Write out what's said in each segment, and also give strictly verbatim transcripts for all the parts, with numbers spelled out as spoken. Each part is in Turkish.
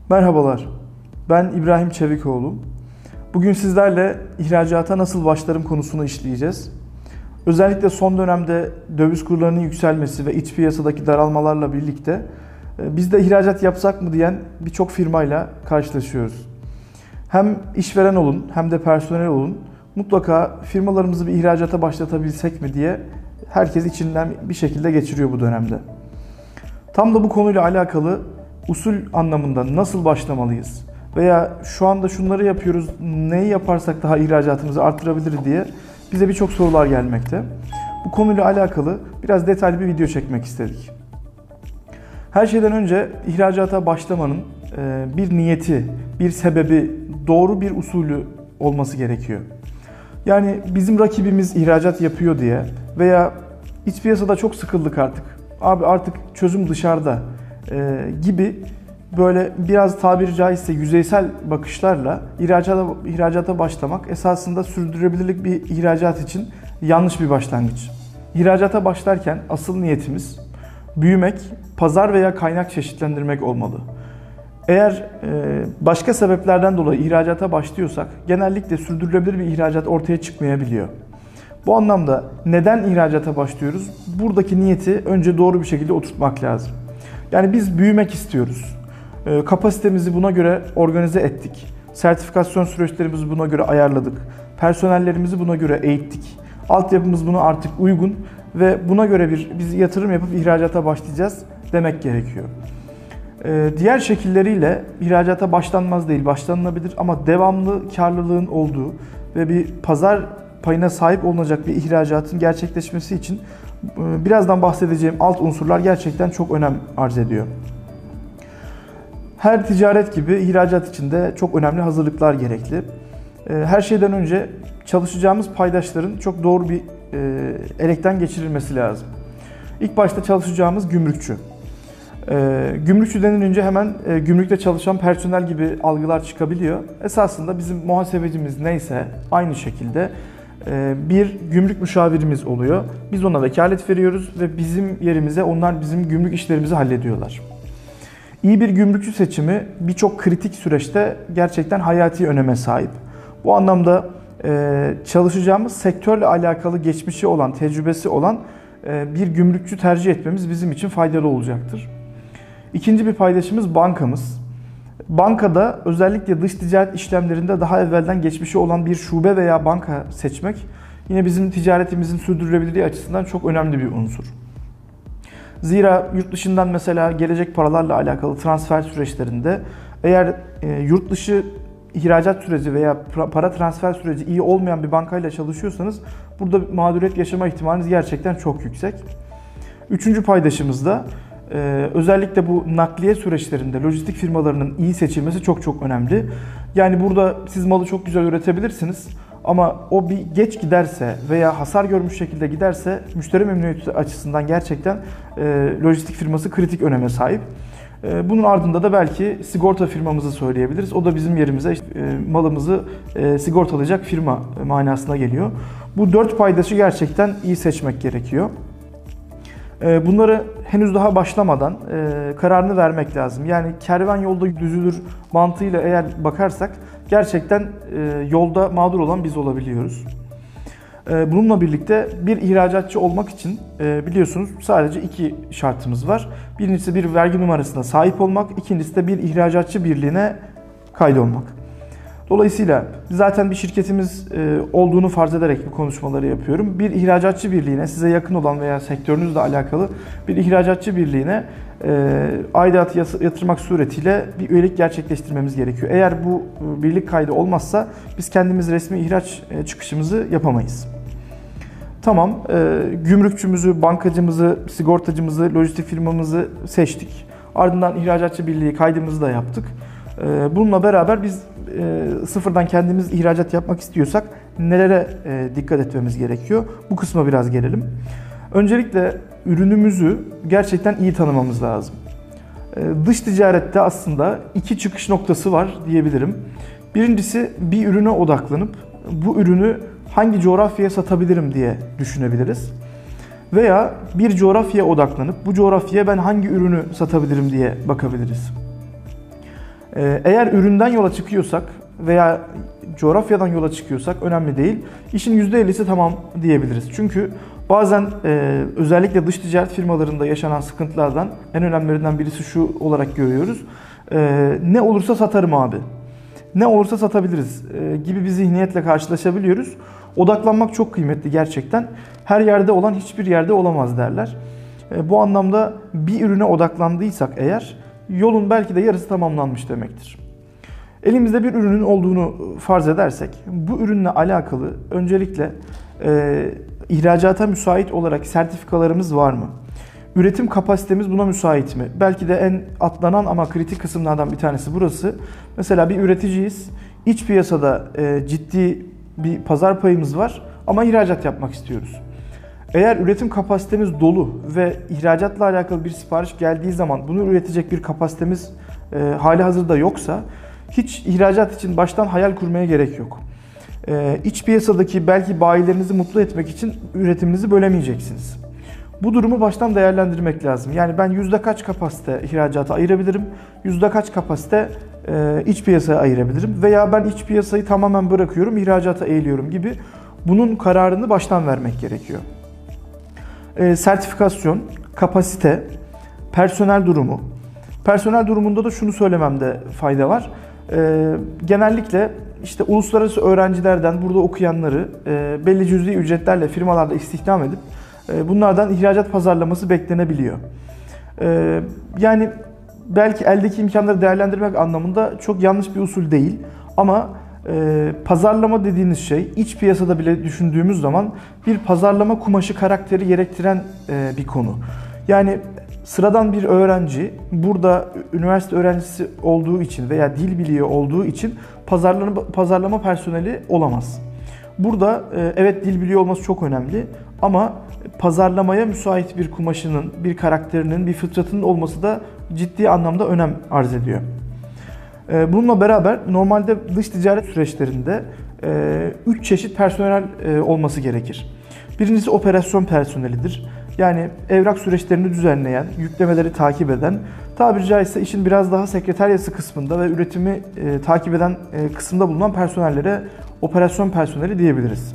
Merhabalar, ben İbrahim Çevikoğlu. Bugün sizlerle ihracata nasıl başlarım konusunu işleyeceğiz. Özellikle son dönemde döviz kurlarının yükselmesi ve iç piyasadaki daralmalarla birlikte biz de ihracat yapsak mı diyen birçok firmayla karşılaşıyoruz. Hem işveren olun hem de personel olun mutlaka firmalarımızı bir ihracata başlatabilsek mi diye herkes içinden bir şekilde geçiriyor bu dönemde. Tam da bu konuyla alakalı usul anlamında nasıl başlamalıyız veya şu anda şunları yapıyoruz, neyi yaparsak daha ihracatımızı artırabiliriz diye bize birçok sorular gelmekte. Bu konuyla alakalı biraz detaylı bir video çekmek istedik. Her şeyden önce ihracata başlamanın bir niyeti, bir sebebi, doğru bir usulü olması gerekiyor. Yani bizim rakibimiz ihracat yapıyor diye veya iç piyasada çok sıkıldık artık, abi artık çözüm dışarıda e, gibi böyle biraz tabiri caizse yüzeysel bakışlarla ihracata, ihracata başlamak esasında sürdürülebilirlik bir ihracat için yanlış bir başlangıç. İhracata başlarken asıl niyetimiz büyümek, pazar veya kaynak çeşitlendirmek olmalı. Eğer e, başka sebeplerden dolayı ihracata başlıyorsak genellikle sürdürülebilir bir ihracat ortaya çıkmayabiliyor. Bu anlamda neden ihracata başlıyoruz? Buradaki niyeti önce doğru bir şekilde oturtmak lazım. Yani biz büyümek istiyoruz. E, kapasitemizi buna göre organize ettik. Sertifikasyon süreçlerimizi buna göre ayarladık. Personellerimizi buna göre eğittik. Altyapımız buna artık uygun ve buna göre bir biz yatırım yapıp ihracata başlayacağız demek gerekiyor. E, diğer şekilleriyle ihracata başlanmaz değil, başlanılabilir ama devamlı karlılığın olduğu ve bir pazar payına sahip olunacak bir ihracatın gerçekleşmesi için birazdan bahsedeceğim alt unsurlar gerçekten çok önem arz ediyor. Her ticaret gibi ihracat için de çok önemli hazırlıklar gerekli. Her şeyden önce çalışacağımız paydaşların çok doğru bir elekten geçirilmesi lazım. İlk başta çalışacağımız gümrükçü. Gümrükçü denilince hemen gümrükte çalışan personel gibi algılar çıkabiliyor. Esasında bizim muhasebecimiz neyse aynı şekilde bir gümrük müşavirimiz oluyor. Biz ona vekalet veriyoruz ve bizim yerimize onlar bizim gümrük işlerimizi hallediyorlar. İyi bir gümrükçü seçimi birçok kritik süreçte gerçekten hayati öneme sahip. Bu anlamda çalışacağımız sektörle alakalı geçmişi olan, tecrübesi olan bir gümrükçü tercih etmemiz bizim için faydalı olacaktır. İkinci bir paydaşımız bankamız. Bankada özellikle dış ticaret işlemlerinde daha evvelden geçmişi olan bir şube veya banka seçmek yine bizim ticaretimizin sürdürülebilirliği açısından çok önemli bir unsur. Zira yurt dışından mesela gelecek paralarla alakalı transfer süreçlerinde eğer yurt dışı ihracat süreci veya para transfer süreci iyi olmayan bir bankayla çalışıyorsanız burada mağduriyet yaşama ihtimaliniz gerçekten çok yüksek. Üçüncü paydaşımız da Ee, özellikle bu nakliye süreçlerinde lojistik firmalarının iyi seçilmesi çok çok önemli. Yani burada siz malı çok güzel üretebilirsiniz ama o bir geç giderse veya hasar görmüş şekilde giderse müşteri memnuniyeti açısından gerçekten e, lojistik firması kritik öneme sahip. E, bunun ardında da belki sigorta firmamızı söyleyebiliriz. O da bizim yerimize işte, e, malımızı e, sigortalayacak firma manasına geliyor. Bu dört paydaşı gerçekten iyi seçmek gerekiyor. Bunları henüz daha başlamadan kararını vermek lazım. Yani kervan yolda düzülür mantığıyla eğer bakarsak gerçekten yolda mağdur olan biz olabiliyoruz. Bununla birlikte bir ihracatçı olmak için biliyorsunuz sadece iki şartımız var. Birincisi bir vergi numarasına sahip olmak, ikincisi de bir ihracatçı birliğine kaydolmak. Dolayısıyla zaten bir şirketimiz olduğunu farz ederek bu konuşmaları yapıyorum. Bir ihracatçı birliğine, size yakın olan veya sektörünüzle alakalı bir ihracatçı birliğine aidatı yatırmak suretiyle bir üyelik gerçekleştirmemiz gerekiyor. Eğer bu birlik kaydı olmazsa biz kendimiz resmi ihraç çıkışımızı yapamayız. Tamam, gümrükçümüzü, bankacımızı, sigortacımızı, lojistik firmamızı seçtik. Ardından ihracatçı birliği kaydımızı da yaptık. Bununla beraber biz sıfırdan kendimiz ihracat yapmak istiyorsak nelere dikkat etmemiz gerekiyor? Bu kısma biraz gelelim. Öncelikle ürünümüzü gerçekten iyi tanımamız lazım. Dış ticarette aslında iki çıkış noktası var diyebilirim. Birincisi bir ürüne odaklanıp bu ürünü hangi coğrafyaya satabilirim diye düşünebiliriz. Veya bir coğrafyaya odaklanıp bu coğrafyaya ben hangi ürünü satabilirim diye bakabiliriz. Ee, eğer üründen yola çıkıyorsak veya coğrafyadan yola çıkıyorsak önemli değil. İşin yüzde ellisi tamam diyebiliriz. Çünkü bazen e, özellikle dış ticaret firmalarında yaşanan sıkıntılardan en önemlilerinden birisi şu olarak görüyoruz. E, ne olursa satarım abi. Ne olursa satabiliriz e, gibi bir zihniyetle karşılaşabiliyoruz. Odaklanmak çok kıymetli gerçekten. Her yerde olan hiçbir yerde olamaz derler. E, bu anlamda bir ürüne odaklandıysak eğer yolun belki de yarısı tamamlanmış demektir. Elimizde bir ürünün olduğunu farz edersek bu ürünle alakalı öncelikle e, ihracata müsait olarak sertifikalarımız var mı? Üretim kapasitemiz buna müsait mi? Belki de en atlanan ama kritik kısımlardan bir tanesi burası. Mesela bir üreticiyiz. İç piyasada e, ciddi bir pazar payımız var ama ihracat yapmak istiyoruz. Eğer üretim kapasitemiz dolu ve ihracatla alakalı bir sipariş geldiği zaman bunu üretecek bir kapasitemiz e, hali hazırda yoksa hiç ihracat için baştan hayal kurmaya gerek yok. E, iç piyasadaki belki bayilerinizi mutlu etmek için üretiminizi bölemeyeceksiniz. Bu durumu baştan değerlendirmek lazım. Yani ben yüzde kaç kapasite ihracata ayırabilirim, yüzde kaç kapasite e, iç piyasaya ayırabilirim veya ben iç piyasayı tamamen bırakıyorum, ihracata eğiliyorum gibi bunun kararını baştan vermek gerekiyor. E, sertifikasyon, kapasite, personel durumu. Personel durumunda da şunu söylememde fayda var. E, genellikle işte uluslararası öğrencilerden burada okuyanları e, belli cüzi ücretlerle firmalarda istihdam edip e, bunlardan ihracat pazarlaması beklenebiliyor. E, yani belki eldeki imkanları değerlendirmek anlamında çok yanlış bir usul değil ama e, pazarlama dediğiniz şey iç piyasada bile düşündüğümüz zaman bir pazarlama kumaşı karakteri gerektiren e, bir konu. Yani sıradan bir öğrenci burada üniversite öğrencisi olduğu için veya dil biliyor olduğu için pazarlama, pazarlama personeli olamaz. Burada evet dil biliyor olması çok önemli ama pazarlamaya müsait bir kumaşının, bir karakterinin, bir fıtratının olması da ciddi anlamda önem arz ediyor. Bununla beraber normalde dış ticaret süreçlerinde üç çeşit personel olması gerekir. Birincisi operasyon personelidir. Yani evrak süreçlerini düzenleyen, yüklemeleri takip eden, tabiri caizse işin biraz daha sekreteryası kısmında ve üretimi e, takip eden e, kısımda bulunan personellere operasyon personeli diyebiliriz.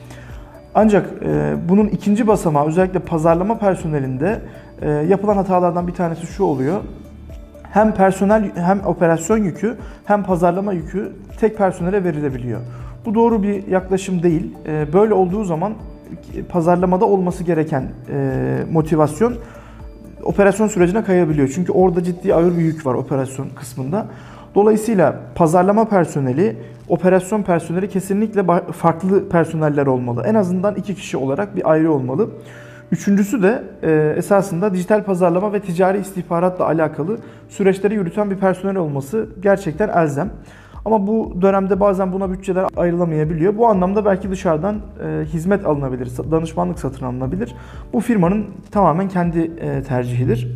Ancak e, bunun ikinci basamağı özellikle pazarlama personelinde e, yapılan hatalardan bir tanesi şu oluyor. Hem personel hem operasyon yükü hem pazarlama yükü tek personele verilebiliyor. Bu doğru bir yaklaşım değil. E, böyle olduğu zaman pazarlamada olması gereken e, motivasyon operasyon sürecine kayabiliyor. Çünkü orada ciddi ağır bir yük var operasyon kısmında. Dolayısıyla pazarlama personeli, operasyon personeli kesinlikle farklı personeller olmalı. En azından iki kişi olarak bir ayrı olmalı. Üçüncüsü de e, esasında dijital pazarlama ve ticari istihbaratla alakalı süreçleri yürüten bir personel olması gerçekten elzem. Ama bu dönemde bazen buna bütçeler ayrılamayabiliyor. Bu anlamda belki dışarıdan e, hizmet alınabilir, danışmanlık satın alınabilir. Bu firmanın tamamen kendi e, tercihidir.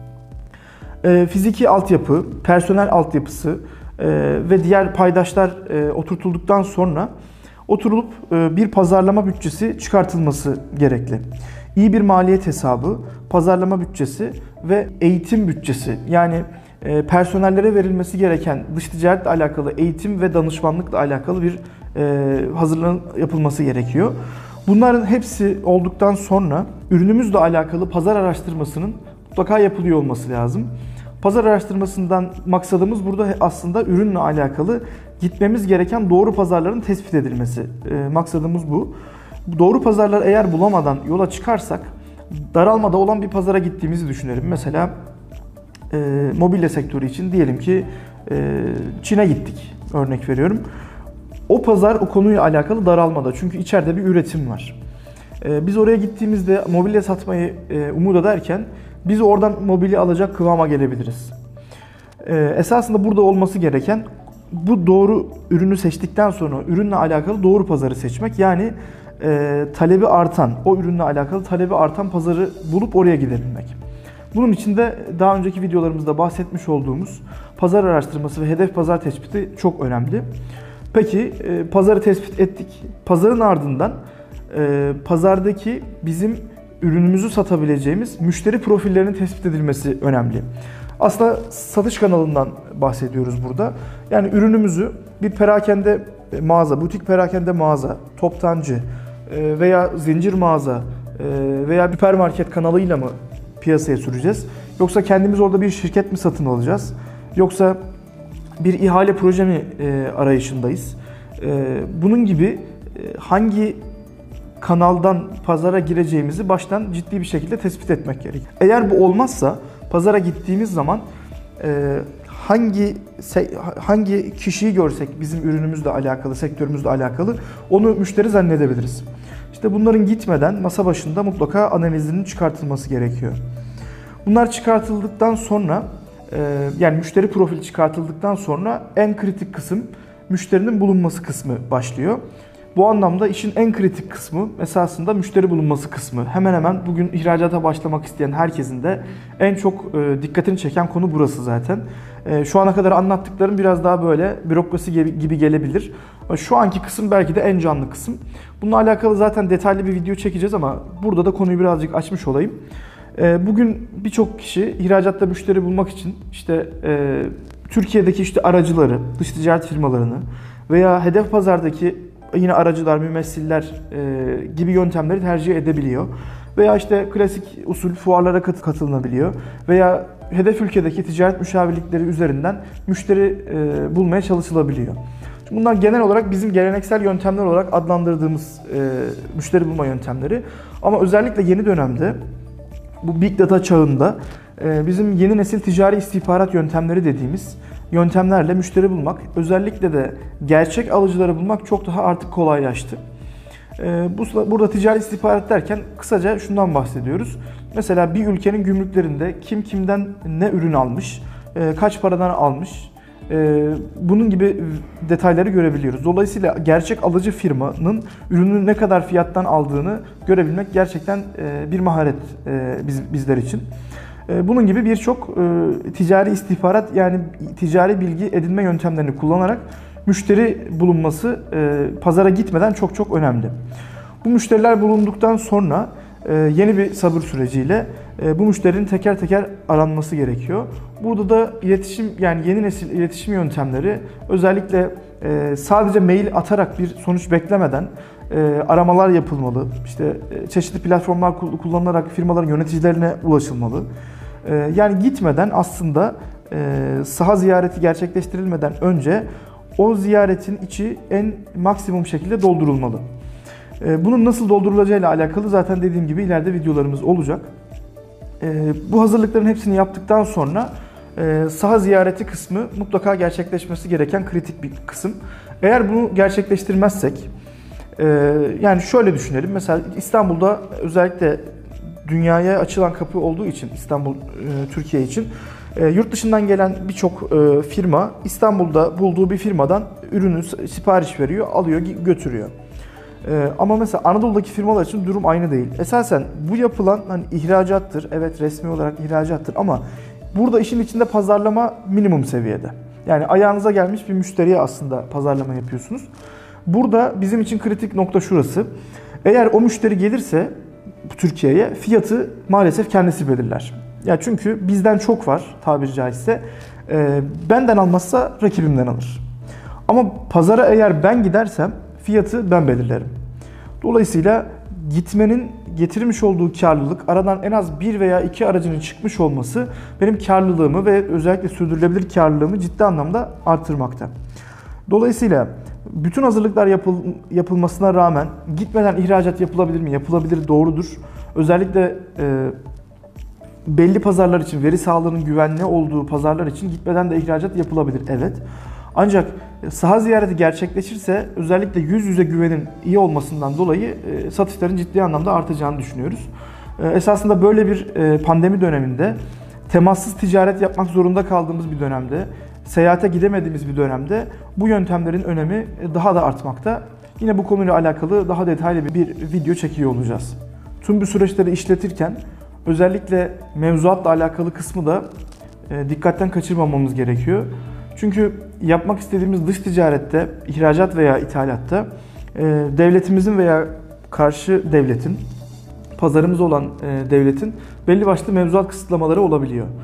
E, fiziki altyapı, personel altyapısı e, ve diğer paydaşlar e, oturtulduktan sonra oturulup e, bir pazarlama bütçesi çıkartılması gerekli. İyi bir maliyet hesabı, pazarlama bütçesi ve eğitim bütçesi yani personellere verilmesi gereken dış ticaretle alakalı eğitim ve danışmanlıkla alakalı bir hazırlığın yapılması gerekiyor. Bunların hepsi olduktan sonra ürünümüzle alakalı pazar araştırmasının mutlaka yapılıyor olması lazım. Pazar araştırmasından maksadımız burada aslında ürünle alakalı gitmemiz gereken doğru pazarların tespit edilmesi. Maksadımız bu. Doğru pazarları eğer bulamadan yola çıkarsak daralmada olan bir pazara gittiğimizi düşünelim. Mesela E, mobilya sektörü için diyelim ki e, Çin'e gittik örnek veriyorum. O pazar o konuyla alakalı daralmada çünkü içeride bir üretim var. E, biz oraya gittiğimizde mobilya satmayı e, umut ederken biz oradan mobilya alacak kıvama gelebiliriz. E, esasında burada olması gereken bu doğru ürünü seçtikten sonra ürünle alakalı doğru pazarı seçmek. Yani e, talebi artan, o ürünle alakalı talebi artan pazarı bulup oraya gidebilmek. Bunun için de daha önceki videolarımızda bahsetmiş olduğumuz pazar araştırması ve hedef pazar tespiti çok önemli. Peki pazarı tespit ettik. Pazarın ardından pazardaki bizim ürünümüzü satabileceğimiz müşteri profillerinin tespit edilmesi önemli. Aslında satış kanalından bahsediyoruz burada. Yani ürünümüzü bir perakende mağaza, butik perakende mağaza, toptancı veya zincir mağaza veya bir süpermarket kanalıyla mı piyasaya süreceğiz? Yoksa kendimiz orada bir şirket mi satın alacağız? Yoksa bir ihale proje mi arayışındayız? Bunun gibi hangi kanaldan pazara gireceğimizi baştan ciddi bir şekilde tespit etmek gerek. Eğer bu olmazsa pazara gittiğimiz zaman hangi hangi kişiyi görsek bizim ürünümüzle alakalı, sektörümüzle alakalı onu müşteri zannedebiliriz. İşte bunların gitmeden masa başında mutlaka analizinin çıkartılması gerekiyor. Bunlar çıkartıldıktan sonra yani müşteri profili çıkartıldıktan sonra en kritik kısım müşterinin bulunması kısmı başlıyor. Bu anlamda işin en kritik kısmı esasında müşteri bulunması kısmı. Hemen hemen bugün ihracata başlamak isteyen herkesin de en çok dikkatini çeken konu burası zaten. Şu ana kadar anlattıklarım biraz daha böyle bürokrasi gibi gelebilir. Şu anki kısım belki de en canlı kısım. Bununla alakalı zaten detaylı bir video çekeceğiz ama burada da konuyu birazcık açmış olayım. Bugün birçok kişi ihracatta müşteri bulmak için işte Türkiye'deki işte aracıları, dış ticaret firmalarını veya hedef pazardaki yine aracılar, mümessiller gibi yöntemleri tercih edebiliyor. Veya işte klasik usul fuarlara katılınabiliyor. Veya hedef ülkedeki ticaret müşavirlikleri üzerinden müşteri bulmaya çalışılabiliyor. Bunlar genel olarak bizim geleneksel yöntemler olarak adlandırdığımız müşteri bulma yöntemleri. Ama özellikle yeni dönemde bu Big Data çağında bizim yeni nesil ticari istihbarat yöntemleri dediğimiz yöntemlerle müşteri bulmak, özellikle de gerçek alıcıları bulmak çok daha artık kolaylaştı. Burada ticari istihbarat derken kısaca şundan bahsediyoruz. Mesela bir ülkenin gümrüklerinde kim kimden ne ürün almış, kaç paradan almış, bunun gibi detayları görebiliyoruz. Dolayısıyla gerçek alıcı firmanın ürünü ne kadar fiyattan aldığını görebilmek gerçekten bir maharet bizler için. Bunun gibi birçok ticari istihbarat yani ticari bilgi edinme yöntemlerini kullanarak müşteri bulunması pazara gitmeden çok çok önemli. Bu müşteriler bulunduktan sonra yeni bir sabır süreciyle bu müşterinin teker teker aranması gerekiyor. Burada da iletişim yani yeni nesil iletişim yöntemleri özellikle sadece mail atarak bir sonuç beklemeden aramalar yapılmalı. İşte çeşitli platformlar kullanılarak firmaların yöneticilerine ulaşılmalı. Yani gitmeden aslında saha ziyareti gerçekleştirilmeden önce o ziyaretin içi en maksimum şekilde doldurulmalı. Bunun nasıl doldurulacağıyla alakalı zaten dediğim gibi ileride videolarımız olacak. Bu hazırlıkların hepsini yaptıktan sonra saha ziyareti kısmı mutlaka gerçekleşmesi gereken kritik bir kısım. Eğer bunu gerçekleştirmezsek, yani şöyle düşünelim. Mesela İstanbul'da özellikle dünyaya açılan kapı olduğu için İstanbul, Türkiye için yurt dışından gelen birçok firma İstanbul'da bulduğu bir firmadan ürünü sipariş veriyor, alıyor, götürüyor. Ama mesela Anadolu'daki firmalar için durum aynı değil. Esasen bu yapılan hani ihracattır, evet resmi olarak ihracattır ama burada işin içinde pazarlama minimum seviyede. Yani ayağınıza gelmiş bir müşteriye aslında pazarlama yapıyorsunuz. Burada bizim için kritik nokta şurası. Eğer o müşteri gelirse Türkiye'ye fiyatı maalesef kendisi belirler. Ya çünkü bizden çok var tabiri caizse. E, benden almazsa rakibimden alır. Ama pazara eğer ben gidersem fiyatı ben belirlerim. Dolayısıyla gitmenin getirmiş olduğu karlılık, aradan en az bir veya iki aracının çıkmış olması benim karlılığımı ve özellikle sürdürülebilir karlılığımı ciddi anlamda artırmakta. Dolayısıyla bütün hazırlıklar yapıl, yapılmasına rağmen gitmeden ihracat yapılabilir mi? Yapılabilir, doğrudur. Özellikle e, belli pazarlar için, veri sağlığının güvenli olduğu pazarlar için gitmeden de ihracat yapılabilir. Evet. Ancak saha ziyareti gerçekleşirse özellikle yüz yüze güvenin iyi olmasından dolayı e, satışların ciddi anlamda artacağını düşünüyoruz. E, esasında böyle bir e, pandemi döneminde, temassız ticaret yapmak zorunda kaldığımız bir dönemde, seyahate gidemediğimiz bir dönemde bu yöntemlerin önemi daha da artmakta. Yine bu konuyla alakalı daha detaylı bir video çekiyor olacağız. Tüm bu süreçleri işletirken özellikle mevzuatla alakalı kısmı da dikkatten kaçırmamamız gerekiyor. Çünkü yapmak istediğimiz dış ticarette, ihracat veya ithalatta devletimizin veya karşı devletin, pazarımız olan devletin belli başlı mevzuat kısıtlamaları olabiliyor.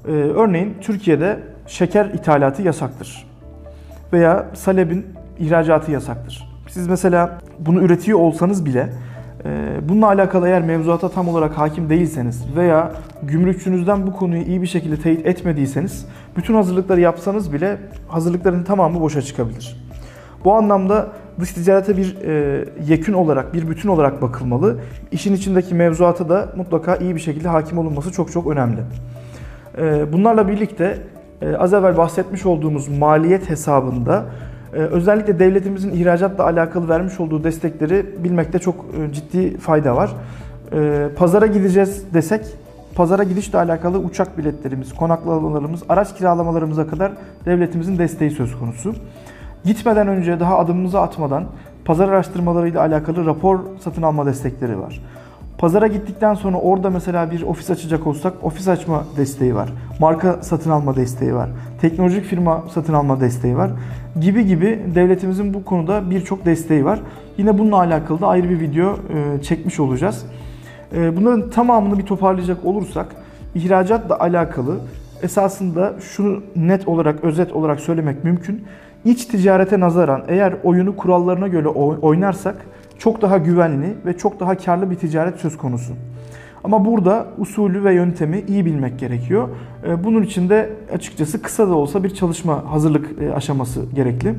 Ee, örneğin Türkiye'de şeker ithalatı yasaktır. Veya salebin ihracatı yasaktır. Siz mesela bunu üretiyor olsanız bile bununla alakalı eğer mevzuata tam olarak hakim değilseniz veya gümrükçünüzden bu konuyu iyi bir şekilde teyit etmediyseniz bütün hazırlıkları yapsanız bile hazırlıkların tamamı boşa çıkabilir. Bu anlamda dış ticarete bir e, yekün olarak, bir bütün olarak bakılmalı. İşin içindeki mevzuata da mutlaka iyi bir şekilde hakim olunması çok çok önemli. E, bunlarla birlikte e, az evvel bahsetmiş olduğumuz maliyet hesabında e, özellikle devletimizin ihracatla alakalı vermiş olduğu destekleri bilmekte çok e, ciddi fayda var. E, pazara gideceğiz desek, pazara gidişle alakalı uçak biletlerimiz, konaklamalarımız, araç kiralamalarımıza kadar devletimizin desteği söz konusu. Gitmeden önce, daha adımımızı atmadan pazar araştırmalarıyla alakalı rapor satın alma destekleri var. Pazara gittikten sonra orada mesela bir ofis açacak olsak ofis açma desteği var. Marka satın alma desteği var. Teknolojik firma satın alma desteği var. Gibi gibi devletimizin bu konuda birçok desteği var. Yine bununla alakalı da ayrı bir video çekmiş olacağız. Bunların tamamını bir toparlayacak olursak ihracatla alakalı esasında şunu net olarak, özet olarak söylemek mümkün. İç ticarete nazaran eğer oyunu kurallarına göre oynarsak çok daha güvenli ve çok daha karlı bir ticaret söz konusu. Ama burada usulü ve yöntemi iyi bilmek gerekiyor. Bunun için de açıkçası kısa da olsa bir çalışma, hazırlık aşaması gerekli.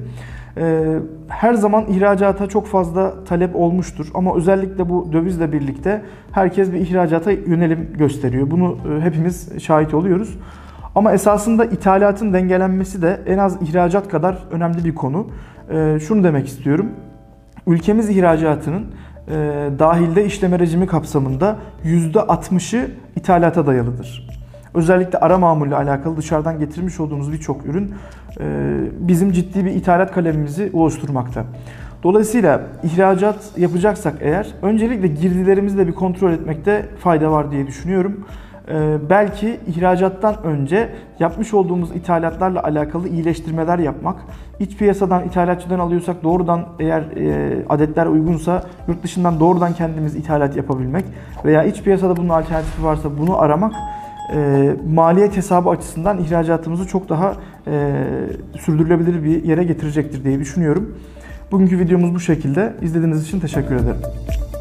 Her zaman ihracata çok fazla talep olmuştur ama özellikle bu dövizle birlikte herkes bir ihracata yönelim gösteriyor. Bunu hepimiz şahit oluyoruz. Ama esasında ithalatın dengelenmesi de en az ihracat kadar önemli bir konu. Ee, şunu demek istiyorum. Ülkemiz ihracatının e, dahilde işleme rejimi kapsamında yüzde altmışı ithalata dayalıdır. Özellikle ara mamulle alakalı dışarıdan getirmiş olduğumuz birçok ürün e, bizim ciddi bir ithalat kalemimizi oluşturmakta. Dolayısıyla ihracat yapacaksak eğer öncelikle girdilerimizi de bir kontrol etmekte fayda var diye düşünüyorum. Ee, belki ihracattan önce yapmış olduğumuz ithalatlarla alakalı iyileştirmeler yapmak, iç piyasadan ithalatçıdan alıyorsak doğrudan eğer e, adetler uygunsa yurt dışından doğrudan kendimiz ithalat yapabilmek veya iç piyasada bunun alternatifi varsa bunu aramak e, maliyet hesabı açısından ihracatımızı çok daha e, sürdürülebilir bir yere getirecektir diye düşünüyorum. Bugünkü videomuz bu şekilde. İzlediğiniz için teşekkür ederim.